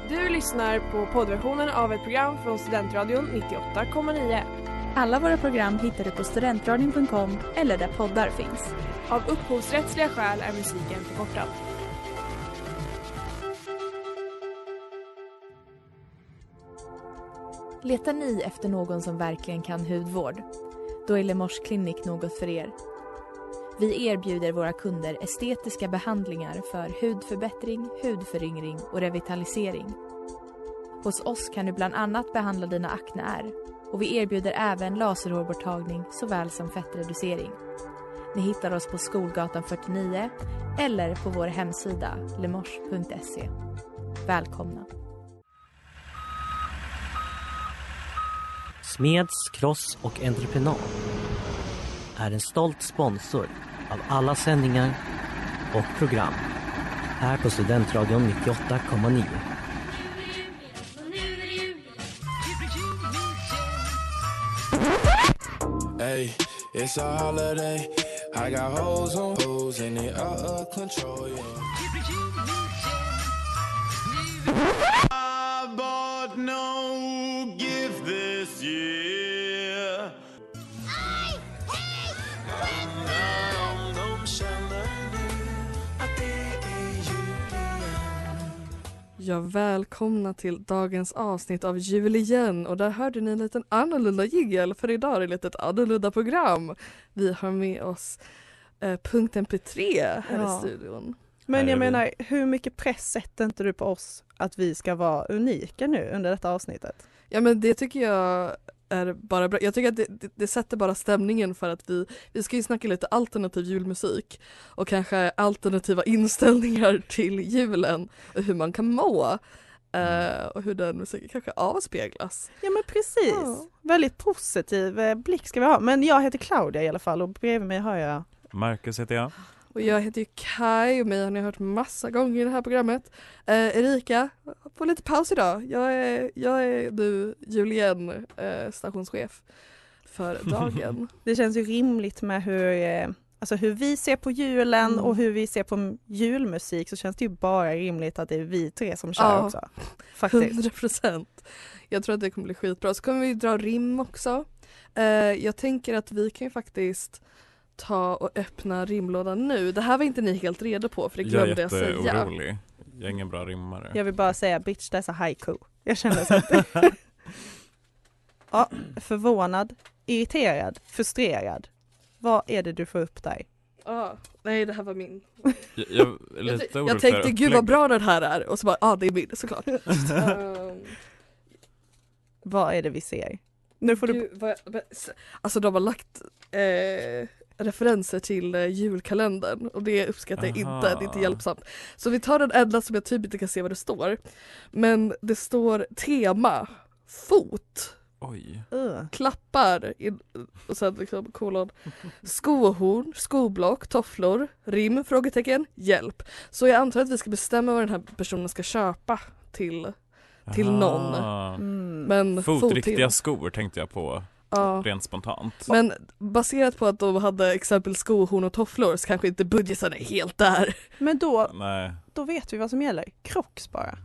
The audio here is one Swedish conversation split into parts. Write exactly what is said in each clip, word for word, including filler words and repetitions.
Du lyssnar på poddversionen av ett program från Studentradion nittioåtta komma nio. Alla våra program hittar du på studentradion punkt com eller där poddar finns. Av upphovsrättsliga skäl är musiken förkortad. Letar ni efter någon som verkligen kan hudvård? Då är Lemors klinik något för er. Vi erbjuder våra kunder estetiska behandlingar för hudförbättring, hudföryngring och revitalisering. Hos oss kan du bland annat behandla dina akneär och vi erbjuder även laserhårborttagning såväl som fettreducering. Ni hittar oss på Skolgatan fyrtionio eller på vår hemsida lemors punkt se. Välkomna! Smeds, Cross och Entreprenad är en stolt sponsor av alla sändningar och program här på Studentradion nittioåtta komma nio. Hey, it's a holiday. I got hoes on hoes and they out of control, yeah. I bought no gift this year. I hate De känner nu att det är jul igen. Ja, välkomna till dagens avsnitt av Jul igen. Och där hörde ni en liten annorlunda jiggle, för idag är det lite ett annorlunda program. Vi har med oss eh, punkt M P tre här Ja. i studion. Men jag Här är vi. menar, hur mycket press sätter inte du på oss att vi ska vara unika nu under detta avsnittet? Ja, men det tycker jag är bara bra. Jag tycker att det, det, det sätter bara stämningen för att vi, vi ska ju snacka lite alternativ julmusik och kanske alternativa inställningar till julen och hur man kan må. eh, och hur den musiken kanske avspeglas. Ja men precis, Ja. väldigt positiv eh, blick ska vi ha. Men jag heter Claudia i alla fall och bredvid mig har jag... Marcus heter jag. Och jag heter ju Kai och mig har ni hört massa gånger i det här programmet. Eh, Erika, på lite paus idag. Jag är, jag är nu Julien, eh, stationschef för dagen. Det känns ju rimligt med hur, eh, alltså hur vi ser på julen Mm. och hur vi ser på julmusik, så känns det ju bara rimligt att det är vi tre som kör Ja. också. Faktiskt. hundra procent. Jag tror att det kommer bli skitbra. Så kommer vi dra rim också. Eh, jag tänker att vi kan ju faktiskt ta och öppna rimlådan nu. Det här var inte ni helt redo på, för det Jag är glömde jag säga. jätteorolig. Jag är ingen bra rimmare. Jag vill bara säga, bitch, that's a haiku. Jag känner så att... ja, förvånad, irriterad, frustrerad. Vad är det du får upp där? Ah, nej, det här var min. Jag, jag är lite Jag, orolig jag tänkte, för gud vad upplägg. bra den här är. Och så bara, ja ah, det är min såklart. um, Vad är det vi ser? Nu får du... gud, vad, vad, alltså de har lagt eh, referenser till eh, julkalendern. Och det uppskattar jag Aha. inte, det är inte hjälpsamt. Så vi tar den enda som jag typ inte kan se vad det står. Men det står tema, fot, Oj. Uh. klappar in, och sen liksom kolon, skohorn, skoblock, tofflor, rim, frågetecken, hjälp. Så jag antar att vi ska bestämma vad den här personen ska köpa till, till någon. Aha. Mm. Men Fotriktiga fot till. skor tänkte jag på Ja. rent spontant. Men baserat på att de hade exempel skohorn och tofflor så kanske inte budgeten är helt där. Men då, Nej. då vet vi vad som gäller. Crocs bara.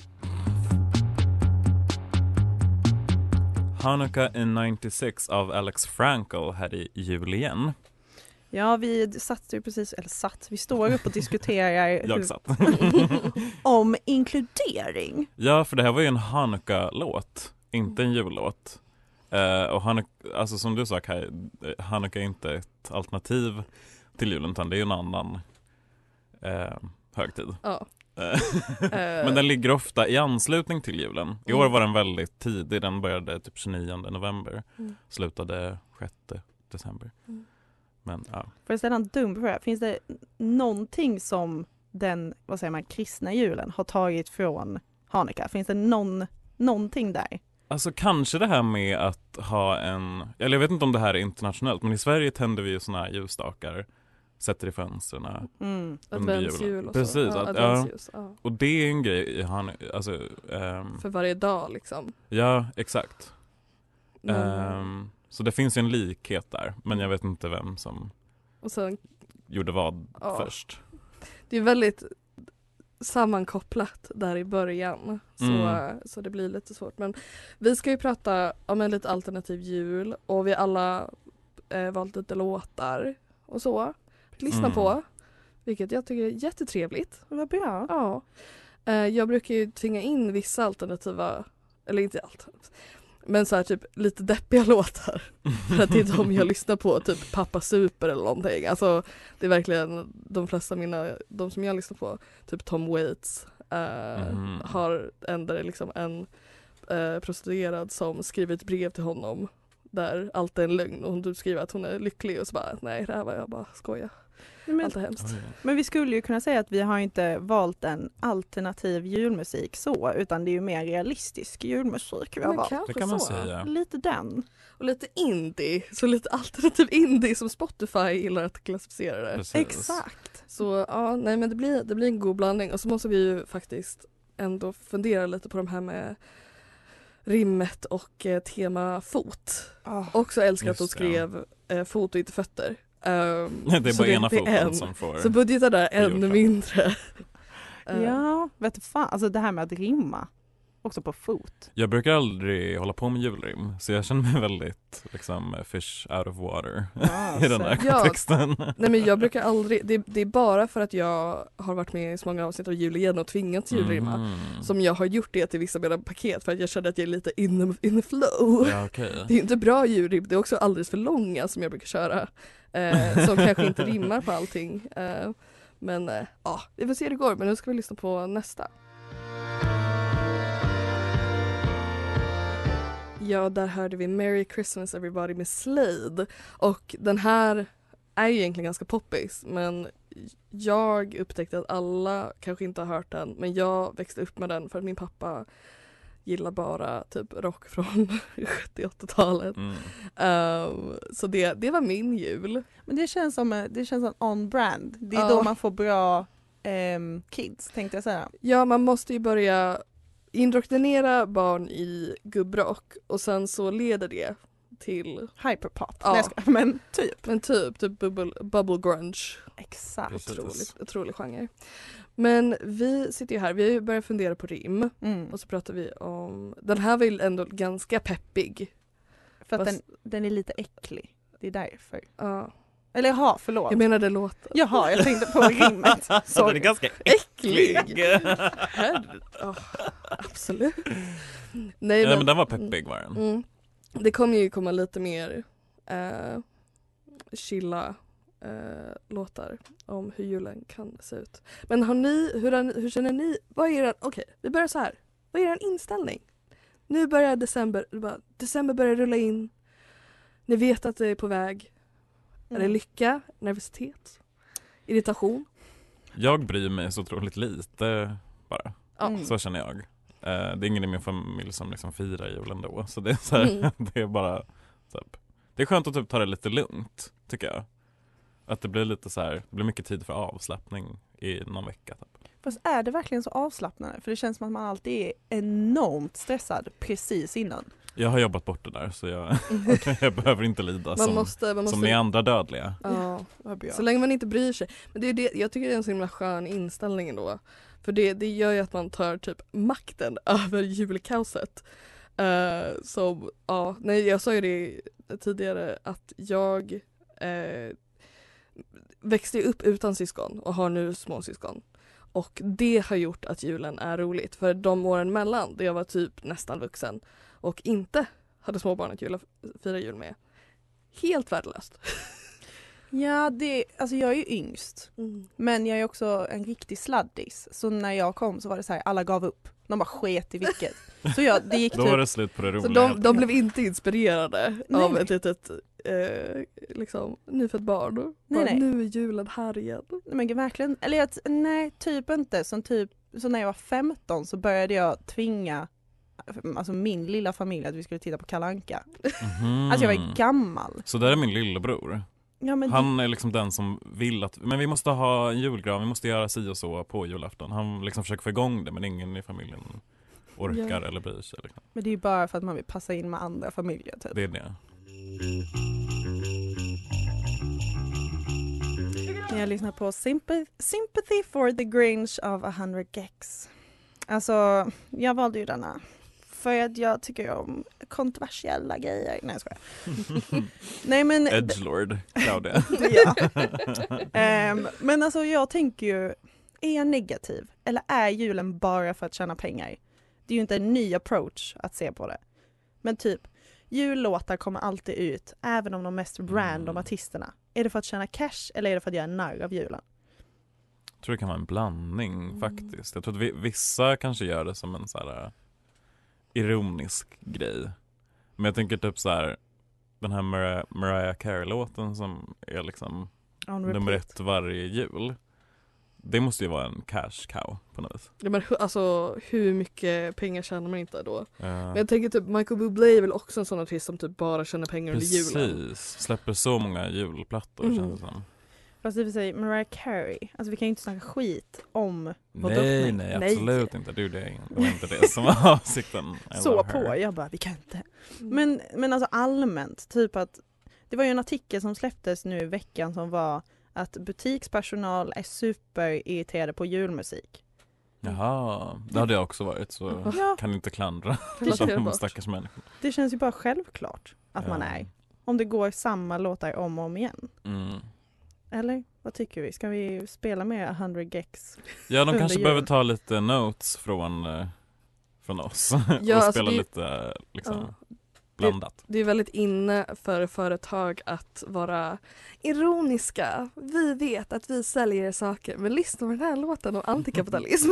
Hanukkah in nittiosex av Alex Frankel här i jul igen. Ja, vi satt ju precis, eller satt, vi står upp och diskuterar Jag hur, satt. om inkludering. Ja, för det här var ju en Hanukkah-låt, inte en jullåt. Uh, och Hanukkah, alltså som du sa Kai, Hanukkah är inte ett alternativ till julen, utan det är ju en annan uh, högtid. Ja. Uh, Men den ligger ofta i anslutning till julen. I år var den väldigt tidig, den började typ tjugonionde november, Mm. slutade sjätte december. Mm. Men ja. Får jag ställa en dum fråga? Finns det någonting som den, vad säger man, kristna julen har tagit från Hanukkah? Finns det någon, någonting där? Alltså kanske det här med att ha en, eller jag vet inte om det här är internationellt, men i Sverige tänder vi ju såna här ljusstakar, sätter i fönstren Mm. under Adventsjul julen. och Precis, så. att, Ja, ja, adventsljus, ja. och det är en grej i han, alltså, ehm, För varje dag liksom. ja, exakt. Men, Ehm, så det finns ju en likhet där, men jag vet inte vem som och sen, gjorde vad Ja. först. det är väldigt sammankopplat där i början. Så, Mm. så det blir lite svårt. Men vi ska ju prata om en lite alternativ jul. Och vi alla eh, valt lite låtar och så. att Lyssna Mm. på. Vilket jag tycker är jättetrevligt. Vad bra. Ja. Eh, jag brukar ju tvinga in vissa alternativa, eller inte allt, men så här typ lite deppiga låtar. För att det är de jag lyssnar på, typ Pappa Super eller någonting. Alltså det är verkligen de flesta av mina, de som jag lyssnar på, typ Tom Waits, eh, Mm. har ändå liksom en eh, prostituerad som skriver ett brev till honom där allt är en lögn och hon typ skriver att hon är lycklig och så bara, nej det här var jag bara skoja. Men, Allt är hemskt. Oj. men vi skulle ju kunna säga att vi har inte valt en alternativ julmusik så, utan det är ju mer realistisk julmusik vi har Men valt. kanske Det kan man så. säga. Lite den. Och lite indie, så lite alternativ indie som Spotify gillar att klassificera det. Precis. Exakt. Så ja, nej men det blir, det blir en god blandning. Och så måste vi ju faktiskt ändå fundera lite på de här med rimmet och eh, tema fot. Oh. Också älskar att hon Just det. skrev eh, fot och inte fötter. Um, Det är så bara ena det är foten en. som får... Så budgeten är ännu gjort. mindre. Eh, Ja, vet du fan. Alltså det här med att rimma. Också på fot. Jag brukar aldrig hålla på med julrim, så jag känner mig väldigt liksom fish out of water Ja, i den här så- Ja. kontexten. Nej men jag brukar aldrig, det, det är bara för att jag har varit med i så många avsnitt av Jul igen och tvingats julrimma. Mm. Som jag har gjort det till vissa av mina paket för att jag kände att jag är lite in the, in the flow. Ja, okej. Det är ju inte bra julrim, det är också alldeles för långa som jag brukar köra. Eh, som kanske inte rimmar på allting. Eh, men eh, ja, vi får se hur det går. Men nu ska vi lyssna på nästa. Ja, där hörde vi Merry Christmas Everybody med Slade. Och den här är ju egentligen ganska poppis, men jag upptäckte att alla kanske inte har hört den, men jag växte upp med den för att min pappa gillar bara typ rock från sjuttio-åttiotalet. Mm. Um, så det, det var min jul. Men det känns som, eh, det känns som on-brand. Det är Ja. då man får bra ehm, kids, tänkte jag säga. Ja, man måste ju börja indoktrinera barn i gubbrock och sen så leder det till, Hyperpop. Ja. Nej, jag skojar. Men typ. men typ, typ bubble, bubble grunge. Exakt. Precis. Otroligt, otrolig genre. Men vi sitter ju här, vi har ju börjat fundera på rim Mm. och så pratar vi om, den här var ju ändå ganska peppig. För att Fast- den, den är lite äcklig. Det är därför. Ja. Eller jaha, förlåt. Jag menade låten. Jaha, jag tänkte på rimmet. Den är Sorry. ganska Äcklig! äcklig. Herre, oh, absolut. Nej, Nej, men den var peppig var den. Mm. Det kommer ju komma lite mer eh, chilla eh, låtar om hur julen kan se ut. Men har ni, hur, har ni- hur känner ni, vad är er, okej vi börjar så här. Vad är er inställning? Nu börjar december, det bara, december börjar rulla in. Ni vet att det är på väg. Är det lycka, nervositet, irritation? Jag bryr mig så otroligt lite bara. Ja. Mm. Så känner jag. Eh, det är ingen i min familj som liksom firar julen då. Så det är så här, Mm. det är bara typ, det är skönt att typ ta det lite lugnt, tycker jag. Att det blir lite så här, det blir mycket tid för avslappning i någon vecka typ. Fast är det verkligen så avslappnande? För det känns som att man alltid är enormt stressad precis innan. Jag har jobbat bort det där så jag, jag behöver inte lida Man som, måste, man måste som ni andra dödliga. Ja. Vad bra. Så länge man inte bryr sig. Men det är det, jag tycker det är en så himla skön inställning ändå. För det, det gör ju att man tar typ makten över julkaoset. Uh, som, ja, nej jag sa ju det tidigare att jag uh, växte upp utan syskon och har nu småsyskon. Och det har gjort att julen är roligt. För de åren mellan, där jag var typ nästan vuxen och inte hade småbarn att jula, fira jul med. Helt värdelöst. Ja, det, alltså jag är ju yngst. Mm. Men jag är också en riktig sladdis. Så när jag kom så var det så här, alla gav upp. De bara sket i vilket. Så jag, det gick Då var typ, det slut på det roliga. Så de, de blev inte inspirerade Nej, av nej. ett litet eh, liksom, nyfött barn. Bara, nej. nu är julen här igen. nej, men gud, verkligen, eller jag, nej typ inte. Som typ, så när jag var femton så började jag tvinga alltså min lilla familj att vi skulle titta på Kalle Anka. Mhm. Alltså jag var gammal. Så där är min lillebror. Ja, men Han är liksom den som vill att, men vi måste ha en julgran, vi måste göra si och så på julafton. Han liksom försöker få igång det, men ingen i familjen orkar Ja. eller bryr sig. Liksom. Men det är ju bara för att man vill passa in med andra familjer typ. Det är det. Jag lyssnar på Sympathy, Sympathy for the Grinch av one hundred Gex. Alltså, jag valde ju denna för att jag tycker om kontroversiella grejer. Nej, jag skojar. Nej, men Edgelord, Claudia. ja. um, men alltså jag tänker ju, är jag negativ? Eller är julen bara för att tjäna pengar? Det är ju inte en ny approach att se på det. Men typ, jullåtar kommer alltid ut, även om de mest random Mm. artisterna. Är det för att tjäna cash eller är det för att göra en narr av julen? Jag tror det kan vara en blandning Mm. faktiskt. Jag tror att vi, vissa kanske gör det som en så här uh, ironisk grej. Men jag tänker typ så här, den här Mar- Mariah Carey-låten som är liksom On nummer repeat. ett varje jul. Det måste ju vara en cash cow på något vis. Ja, men hu- alltså hur mycket pengar tjänar man inte då? Uh, Men jag tänker typ Michael Bublé är väl också en sån artist som typ bara tjänar pengar under julen. precis, släpper så många julplattor Mm. känns det som. Fast det vill säga Mariah Carey, alltså vi kan ju inte snacka skit om Nej, drottning. nej, Nej. absolut inte. Det, är det, det var inte det som var avsikten. I så love på, her. jag bara vi kan inte. Mm. Men, men alltså allmänt, typ att det var ju en artikel som släpptes nu i veckan som var att butikspersonal är superirriterade på julmusik. Jaha, det hade jag också varit så Ja, kan inte klandra de Relaterbart. stackars människor. det känns ju bara självklart att man Ja. är. Om det går samma låtar om och om igen. Mm. Eller vad tycker vi? Ska vi spela med one hundred Gex? Ja, de Under kanske jul. behöver ta lite notes från, eh, från oss Ja, och alltså spela det- lite liksom Ja. blandat. Det är väldigt inne för företag att vara ironiska. Vi vet att vi säljer saker, men lyssna på den här låten om antikapitalism.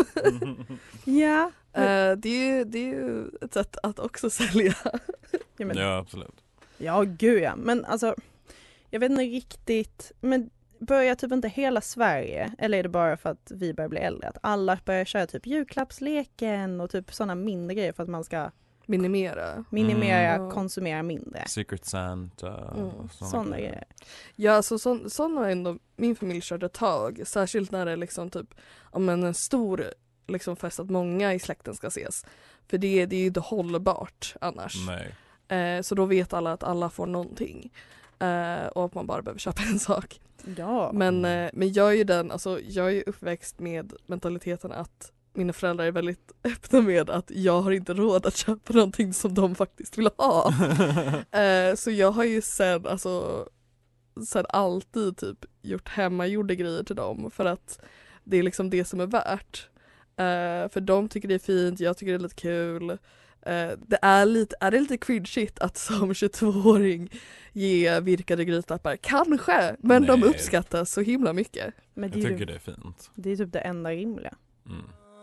Ja. Eh, det, är ju, det är ju ett sätt att också sälja. Ja, men, ja. Ja, absolut. ja, gud ja. Men alltså, jag vet inte riktigt. Men börjar typ inte hela Sverige, eller är det bara för att vi börjar bli äldre? Att alla börjar köra typ julklappsleken och typ sådana mindre grejer för att man ska Minimera. minimera, Mm. konsumera mindre. Secret Santa Mm, och såna Sådana grejer. grejer. Ja, så så, sådana har ändå min familj kört ett tag. Särskilt när det är liksom typ om en stor liksom fest att många i släkten ska ses. För det, det är ju inte hållbart annars. Nej. Eh, så då vet alla att alla får någonting. Eh, och att man bara behöver köpa en sak. Ja. Men, eh, men jag är ju den, alltså jag är ju uppväxt med mentaliteten att mina föräldrar är väldigt öppna med att jag har inte råd att köpa någonting som de faktiskt vill ha. eh, så jag har ju sen, alltså, sen alltid typ gjort hemmagjorda grejer till dem för att det är liksom det som är värt. Eh, för de tycker det är fint, jag tycker det är lite kul. Eh, det är lite, är det lite cringeigt att som tjugotvååring ge virkade grytlappar? Kanske, men de Nej. uppskattas så himla mycket. Men det Jag är, tycker ju, det är fint. det är typ det enda rimliga. Mm.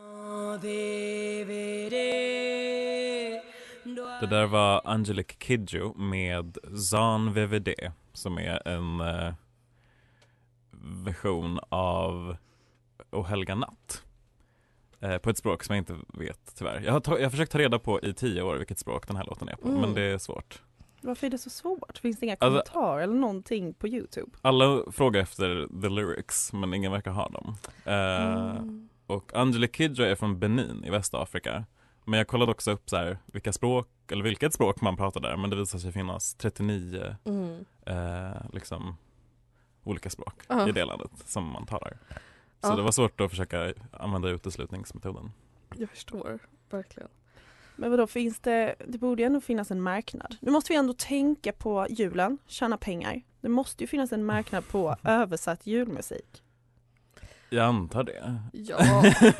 Det där var Angelique Kidjo med Zan V V D som är en eh, version av O helga natt. Eh, på ett språk som jag inte vet tyvärr. Jag har, ta- jag har försökt ta reda på i tio år vilket språk den här låten är på, Mm. men det är svårt. Varför är det så svårt? Finns det inga Alltså- kommentarer eller någonting på YouTube? Alla frågar efter the lyrics, men ingen verkar ha dem. Eh, Mm. Och Angelique Kidjo är från Benin i Västafrika. Men jag kollade också upp så här, vilka språk, eller vilket språk man pratar där. Men det visar sig finnas trettionio Mm. eh, liksom, olika språk Ja. i det landet som man talar. Så Ja. det var svårt att försöka använda uteslutningsmetoden. Jag förstår, verkligen. Men vadå, finns det, det borde ju ändå finnas en marknad. Nu måste vi ändå tänka på julen, tjäna pengar. Det måste ju finnas en marknad på översatt julmusik. Jag antar det. Ja,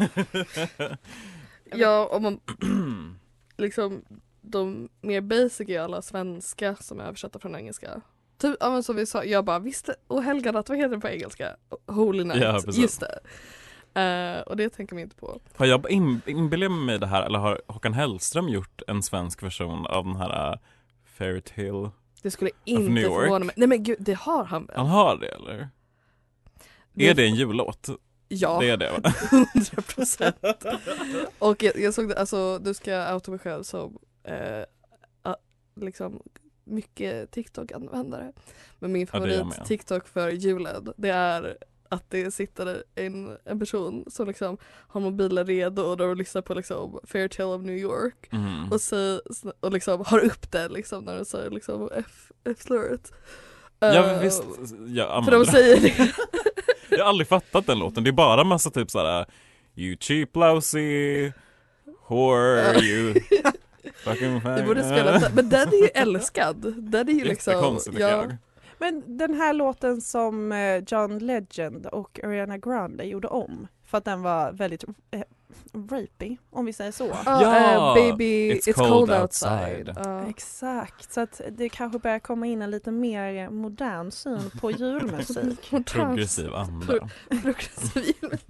ja om man liksom de mer basic är alla svenska som är översatta från engelska. Typ, ja, men som vi sa, jag bara visste, och helganatt, vad heter det på engelska? Holy night, Ja, precis. just det. Eh, och det tänker man inte på. Har jag in, inbillat mig det här, eller har Håkan Hellström gjort en svensk version av den här uh, Fairy Tale? Det skulle New inte York? förvåna mig. Nej men gud, det har han väl? Han har det, eller? Det- Är det en jullåt? Ja, Det är det, va? hundra procent. Och jag, jag såg det, alltså du ska outa mig själv som eh, a, liksom mycket TikTok-användare. Men min Ja, det är jag favorit med. TikTok för julen, det är att det sitter en, en person som liksom har mobilen redo och de lyssnar på liksom Fairy Tale of New York Mm. och, så, och liksom har upp det liksom när de säger liksom F- F-slöret. Ja, Eh, visst. Jag För använder de säger det. Jag har aldrig fattat den låten. Det är bara massa typ såhär You cheap lousy whore you fucking Vi borde spela den. Men den är ju älskad. Den är ju liksom jättekonstigt, tycker jag. Men den här låten som eh, John Legend och Ariana Grande gjorde om för att den var väldigt eh, rapey, om vi säger så. Ah, Ja, eh, baby, it's it's, cold cold, outside. outside. Ah. Exakt, så att det kanske börjar komma in en lite mer modern syn på julmusik. Progressiv anda. Progressiv.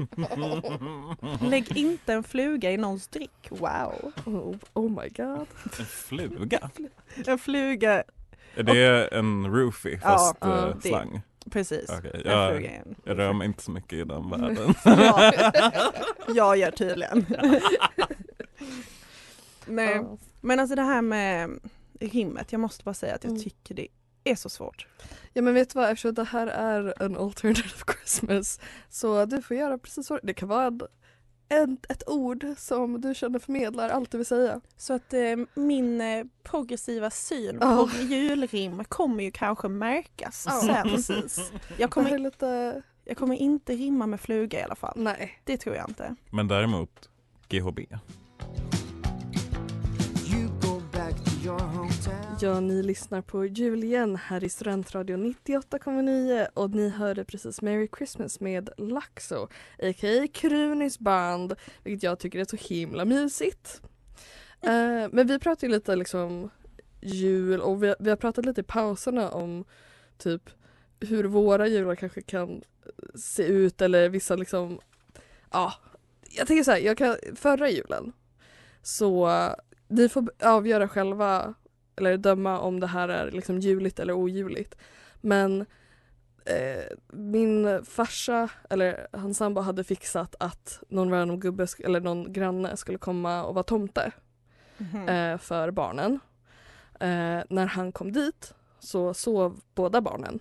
Lägg inte en fluga i någons drick, wow. Oh, oh my god. En fluga? En fluga, Är det en roofie fast Ja, eh, det- slang? precis. Okej, En jag, fluga är en. jag rör mig inte så mycket i den världen. Ja, jag gör tydligen. Nej, Ah. men alltså det här med rimmet, jag måste bara säga att jag Mm. tycker det är så svårt. Ja men vet du vad, eftersom det här är en alternative Christmas så du får göra precis så. Det kan vara en, en, ett ord som du känner förmedlar allt du vill säga. Så att eh, min eh, progressiva syn Ja. på julrim kommer ju kanske märkas Ja, sen. precis. Jag Det här kommer, är lite, jag kommer inte rimma med fluga i alla fall. nej. Det tror jag inte. Men däremot G H B. Ja, ni lyssnar på jul igen här i Studentradion nittioåtta komma nio och ni hörde precis Merry Christmas med Laxo, a k a. Krunis band, vilket jag tycker är så himla mysigt. Eh, men vi pratar ju lite liksom jul och vi, vi har pratat lite i pauserna om typ hur våra jular kanske kan se ut eller vissa liksom, ja, jag tänker så här, jag kan, förra julen så ni får avgöra själva eller döma om det här är liksom juligt eller ojuligt. Men eh, min farsa eller hans sambo hade fixat att någon random gubbe sk- eller någon granne skulle komma och vara tomte Mhm. eh, för barnen. Eh, när han kom dit så sov båda barnen.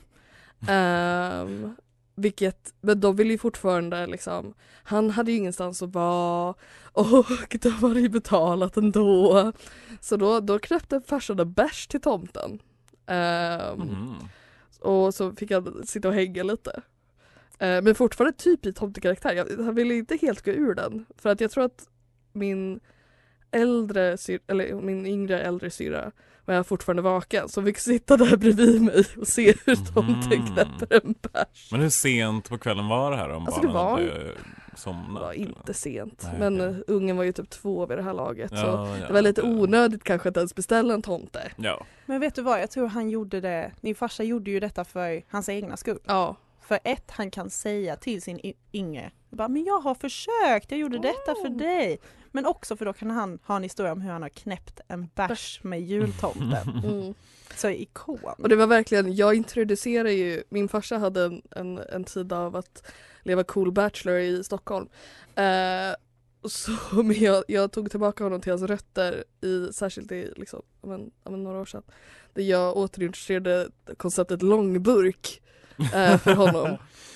Ehm, vilket, men de ville ju fortfarande liksom, han hade ju ingenstans att vara och de hade ju betalat ändå. Så då, då knäppte farsan en bärs till tomten. Ehm, Mhm. Och så fick han sitta och hänga lite. Ehm, men fortfarande typ i tomtekaraktär. Jag, han ville inte helt gå ur den. För att jag tror att min äldre syr, eller min yngre äldre syra var jag fortfarande vaken. Så fick sitta där bredvid mig och se hur tomten Mhm. knäpper en bärs. Men hur sent på kvällen var det här om Alltså, det barnen var- hade Det somnat? var inte sent. Nej, men okej. uh, ungen var ju typ två vid det här laget. så Ja, ja, det var lite det- onödigt kanske att ens beställa en tomte. Ja. Men vet du vad, jag tror han gjorde det, min farsa gjorde ju detta för hans egna skull. Ja. För ett, han kan säga till sin y- yngre, bara, men jag har försökt, jag gjorde detta för dig. Men också för då kan han ha en historia om hur han har knäppt en bärs med jultomten. Mm. Så ikon. Och det var verkligen, jag introducerade ju, min farsa hade en, en, en tid av att leva cool bachelor i Stockholm. Eh, så men jag, jag tog tillbaka honom till hans rötter i, särskilt i liksom, ja, men, ja, men några år sedan. Där jag återintroducerade konceptet långburk eh, för honom.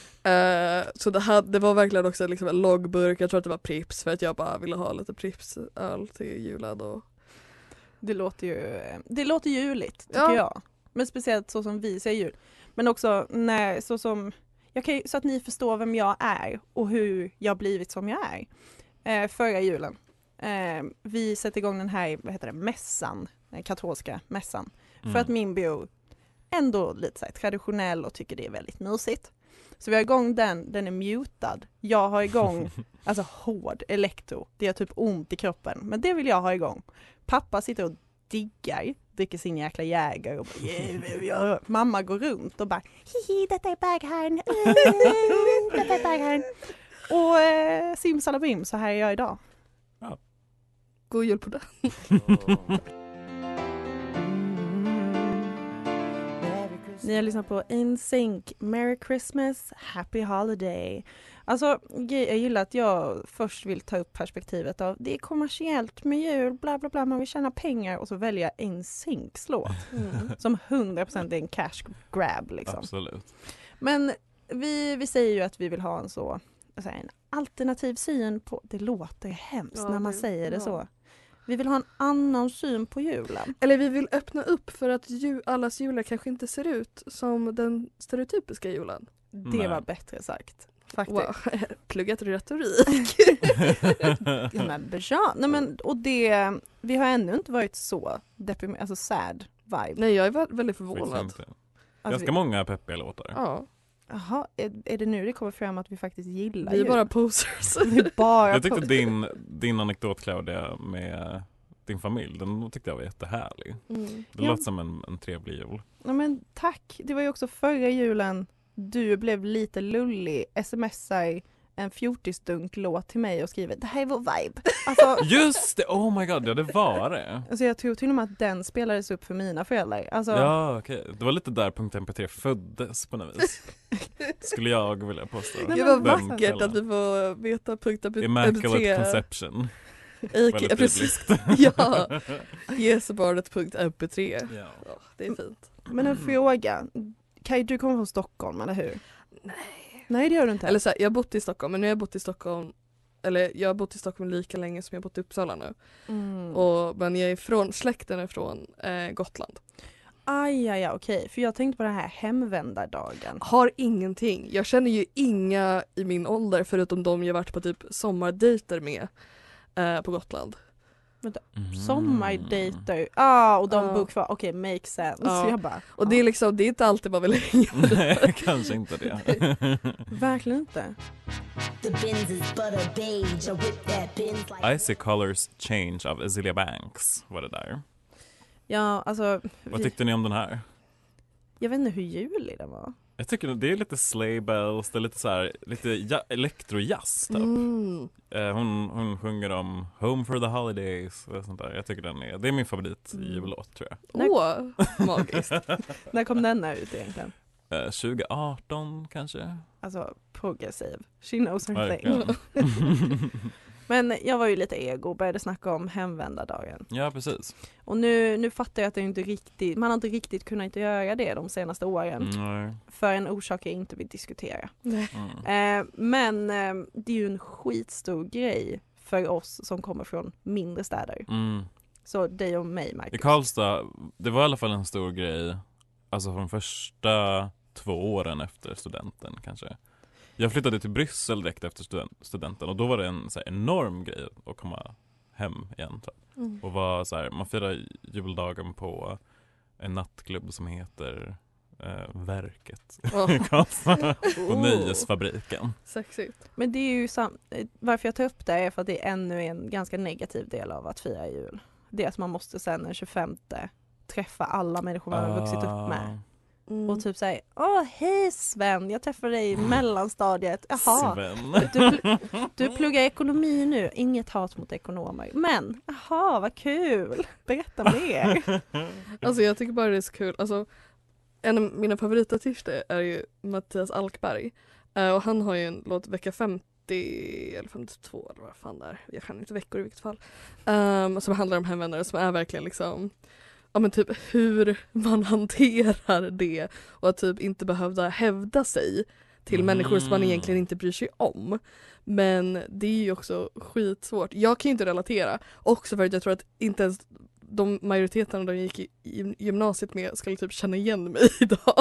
Eh, så det, här, det var verkligen också liksom en långburk, jag tror att det var Pripps för att jag bara ville ha lite Pripps öl till julen. Och... Det låter ju det låter juligt tycker Ja. jag. Men speciellt så som vi ser jul. Men också när, så som jag kan, ju- så att ni förstår vem jag är och hur jag blivit som jag är. Eh, förra julen. Eh, vi sätter igång den här, vad heter det, mässan, den katolska mässan. Mm. För att min bror ändå lite så här traditionell och tycker det är väldigt mysigt. Så vi har igång den, den är mutad. Jag har igång alltså hård elektro. Det gör typ ont i kroppen. Men det vill jag ha igång. Pappa sitter och diggar, dricker sin jäkla jäger och bara, yeah, yeah. Mamma går runt och bara hihi, detta är Berghain. Detta är Berghain. Och eh, simsalabim, så här är jag idag. God jul på det. Ni har lyssnat på In Sync, Merry Christmas, Happy Holiday. Alltså, jag gillar att jag först vill ta upp perspektivet av det är kommersiellt med jul, bla bla bla, man vill tjäna pengar och så välja jag In Syncs låt. Mm. Som hundra procent är en cash grab liksom. Absolut. Men vi, vi säger ju att vi vill ha en så, alltså en alternativ syn på, det låter hemskt Ja, när man det- säger det ja. så. Vi vill ha en annan syn på julen. Eller vi vill öppna upp för att ju, allas jular kanske inte ser ut som den stereotypiska julen. Det Nej. var bättre sagt. Faktiskt. Wow, pluggat retorik. Ja, men bra. Nej, men, och det, vi har ännu inte varit så deprimerade, alltså sad vibe. Nej, jag är vä- väldigt Finns förvånad. inte. Alltså, Ganska vi, många peppiga låtar. Ja, Jaha, är, är det nu det kommer fram att vi faktiskt gillar vi är jul? bara posers. Vi är bara Jag tyckte på- din, din anekdot, Claudia, med din familj, den tyckte jag var jättehärlig. Mm. Det Ja. låter som en, en trevlig jul. Ja, men tack. Det var ju också förra julen du blev lite lullig, smsar en fjortisdunk-låt till mig och skriver det här är vår vibe. Alltså, Just det! Oh my god, ja det var det. alltså jag tror till och med att den spelades upp för mina föräldrar. Alltså, Ja, okej. Det var lite där punkt M P tre föddes på något vis. Skulle jag vilja påstå. Nej, Det men var vad- vackert att vi får veta punkten på Immaculate conception. Aka, precis. Ja, Jesubarnet punkt M P tre. Ja. Ja, det är fint. Men en fråga. Kaj, du kommer från Stockholm, eller hur? Nej. Nej, det gör du inte. Eller så här, jag har bott i Stockholm, men nu har jag bott i Stockholm eller jag har bott i Stockholm lika länge som jag har bott i Uppsala nu. Mm. Och, men jag är från, släkten är från eh, Gotland. Aj, aj, aj, okej. För jag tänkte på den här hemvändardagen. Har ingenting. Jag känner ju inga i min ålder förutom de jag varit på typ sommardejter med eh, på Gotland. Mm. Sommardejter. Ah, och de Ja. bor kvar. Okej, makes sense. Ja. Jag bara, Och det är liksom, det är inte alltid man vill hänga med. Nej, kanske inte det. verkligen inte. The Benz is butter beige. I whip that Benz like I see colors change av Azealia Banks var det där. Ja, alltså. Vad vi, tyckte ni om den här? jag vet inte hur julig den var. Jag tycker det är lite sleigh bells, det är lite så här, lite ja- elektrojazz typ. Mm. Eh, hon, hon sjunger om Home for the Holidays och sånt där. Jag tycker den är, det är min favorit Mm. jullåt tror jag. Åh, magiskt. När kom den här ut egentligen? Eh, tjugo arton kanske? Alltså progressiv. She knows her thing. Verkligen. Men jag var ju lite ego och började snacka om hemvändardagen. Ja, precis. Och nu, nu fattar jag att det inte riktigt, man har inte riktigt kunnat göra det de senaste åren. Mm, nej. För en orsak jag inte vill diskutera. Nej. Mm. Eh, men eh, det är ju en skitstor grej för oss som kommer från mindre städer. Mm. Så dig och mig, I Marcus. Karlstad, det var i alla fall en stor grej. Alltså från första två åren efter studenten kanske. Jag flyttade till Bryssel direkt efter student, studenten och då var det en så här, enorm grej att komma hem igen. Så. Mm. Och var så här, man firar juldagen på en nattklubb som heter eh, Verket Åh. i Karlstad. På Oh. Nöjesfabriken. Sexigt. Men det är ju sam- eh, varför jag tar upp det är för att det är ännu en ganska negativ del av att fira jul. Det är att man måste sen den tjugofemte träffa alla människor man har vuxit upp med. Mm. Och typ säga, åh hej Sven, jag träffade dig i mellanstadiet. Jaha, Sven. du, pl- du pluggar ekonomi nu. Inget hat mot ekonomer. Men, jaha, vad kul. Berätta mer. Alltså jag tycker bara det är så kul. Alltså, en av mina favoritartister är ju Mattias Alkberg. Eh, och han har ju en låt vecka femtio eller femtiotvå eller vad fan det är. Jag kan inte veckor i vilket fall. Um, som handlar om hemvändare som är verkligen liksom ja men typ hur man hanterar det och att typ inte behövda hävda sig till Mm. människor som man egentligen inte bryr sig om. Men det är ju också skitsvårt. Jag kan ju inte relatera. Också för att jag tror att inte ens de majoriteten de gick i, i gymnasiet med skulle typ känna igen mig idag.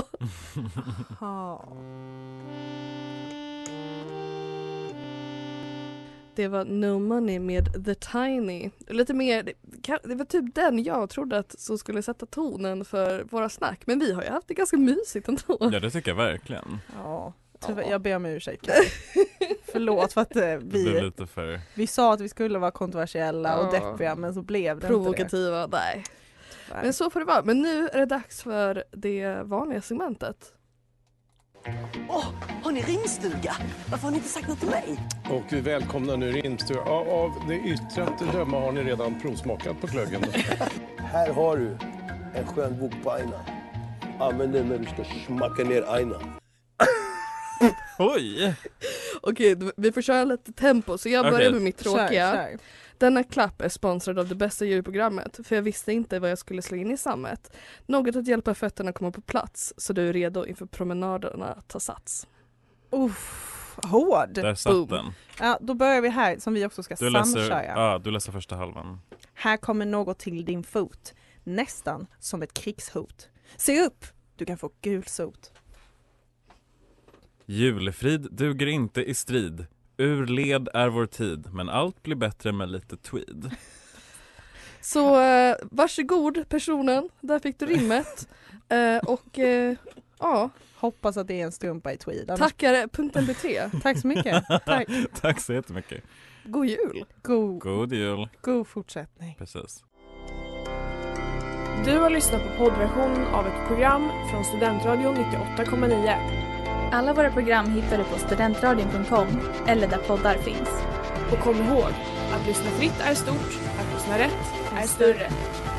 Ja. Det var No Money med The Tiny. Lite mer, det, kan- det var typ den jag trodde att så skulle sätta tonen för våra snack. Men vi har ju haft det ganska mysigt ändå. Ja, det tycker jag verkligen. Ja. Tyvärr, Ja. jag ber om ursäkt. Förlåt för att eh, Det blev vi, lite för... vi sa att vi skulle vara kontroversiella och Ja. deppiga men så blev det inte Provokativa, nej. det. Men så får det vara. Men nu är det dags för det vanliga segmentet. Åh, har ni ringstuga? Varför har ni inte sagt något till mig? Och vi välkomnar nu rimstuga. Ja, av det yttre att döma har ni redan provsmakat på glöggen. Här har du en skön bok på aina. Använd den när du ska smacka ner aina. Oj! Okej, d- vi får köra lite tempo. Så jag börjar Okej. med mitt tråkiga. Kör, kör. Denna klapp är sponsrad av det bästa djurprogrammet. För jag visste inte vad jag skulle slå in i sammet. Något att hjälpa fötterna komma på plats. Så du är redo inför promenaderna att ta sats. Uff, hård. Där satt Boom. den. Ja, då börjar vi här som vi också ska Du läser, samköra. ja, du läser första halvan. Här kommer något till din fot. Nästan som ett krigshot. Se upp! Du kan få gulsot. Julefrid duger inte i strid. Ur led är vår tid, men allt blir bättre med lite tweed. Så eh, varsågod personen, där fick du rimmet. Eh, och eh, ja, Hoppas att det är en strumpa i tweed. Annars- tackar punkt M P tre. Tack så mycket. Tack. Tack så jättemycket. God jul! God, God jul. god fortsättning. Precis. Du har lyssnat på poddversionen av ett program från Studentradion nittioåtta komma nio. Alla våra program hittar du på studentradion punkt com eller där poddar finns. Och kom ihåg, att lyssna fritt är stort, att lyssna rätt är större.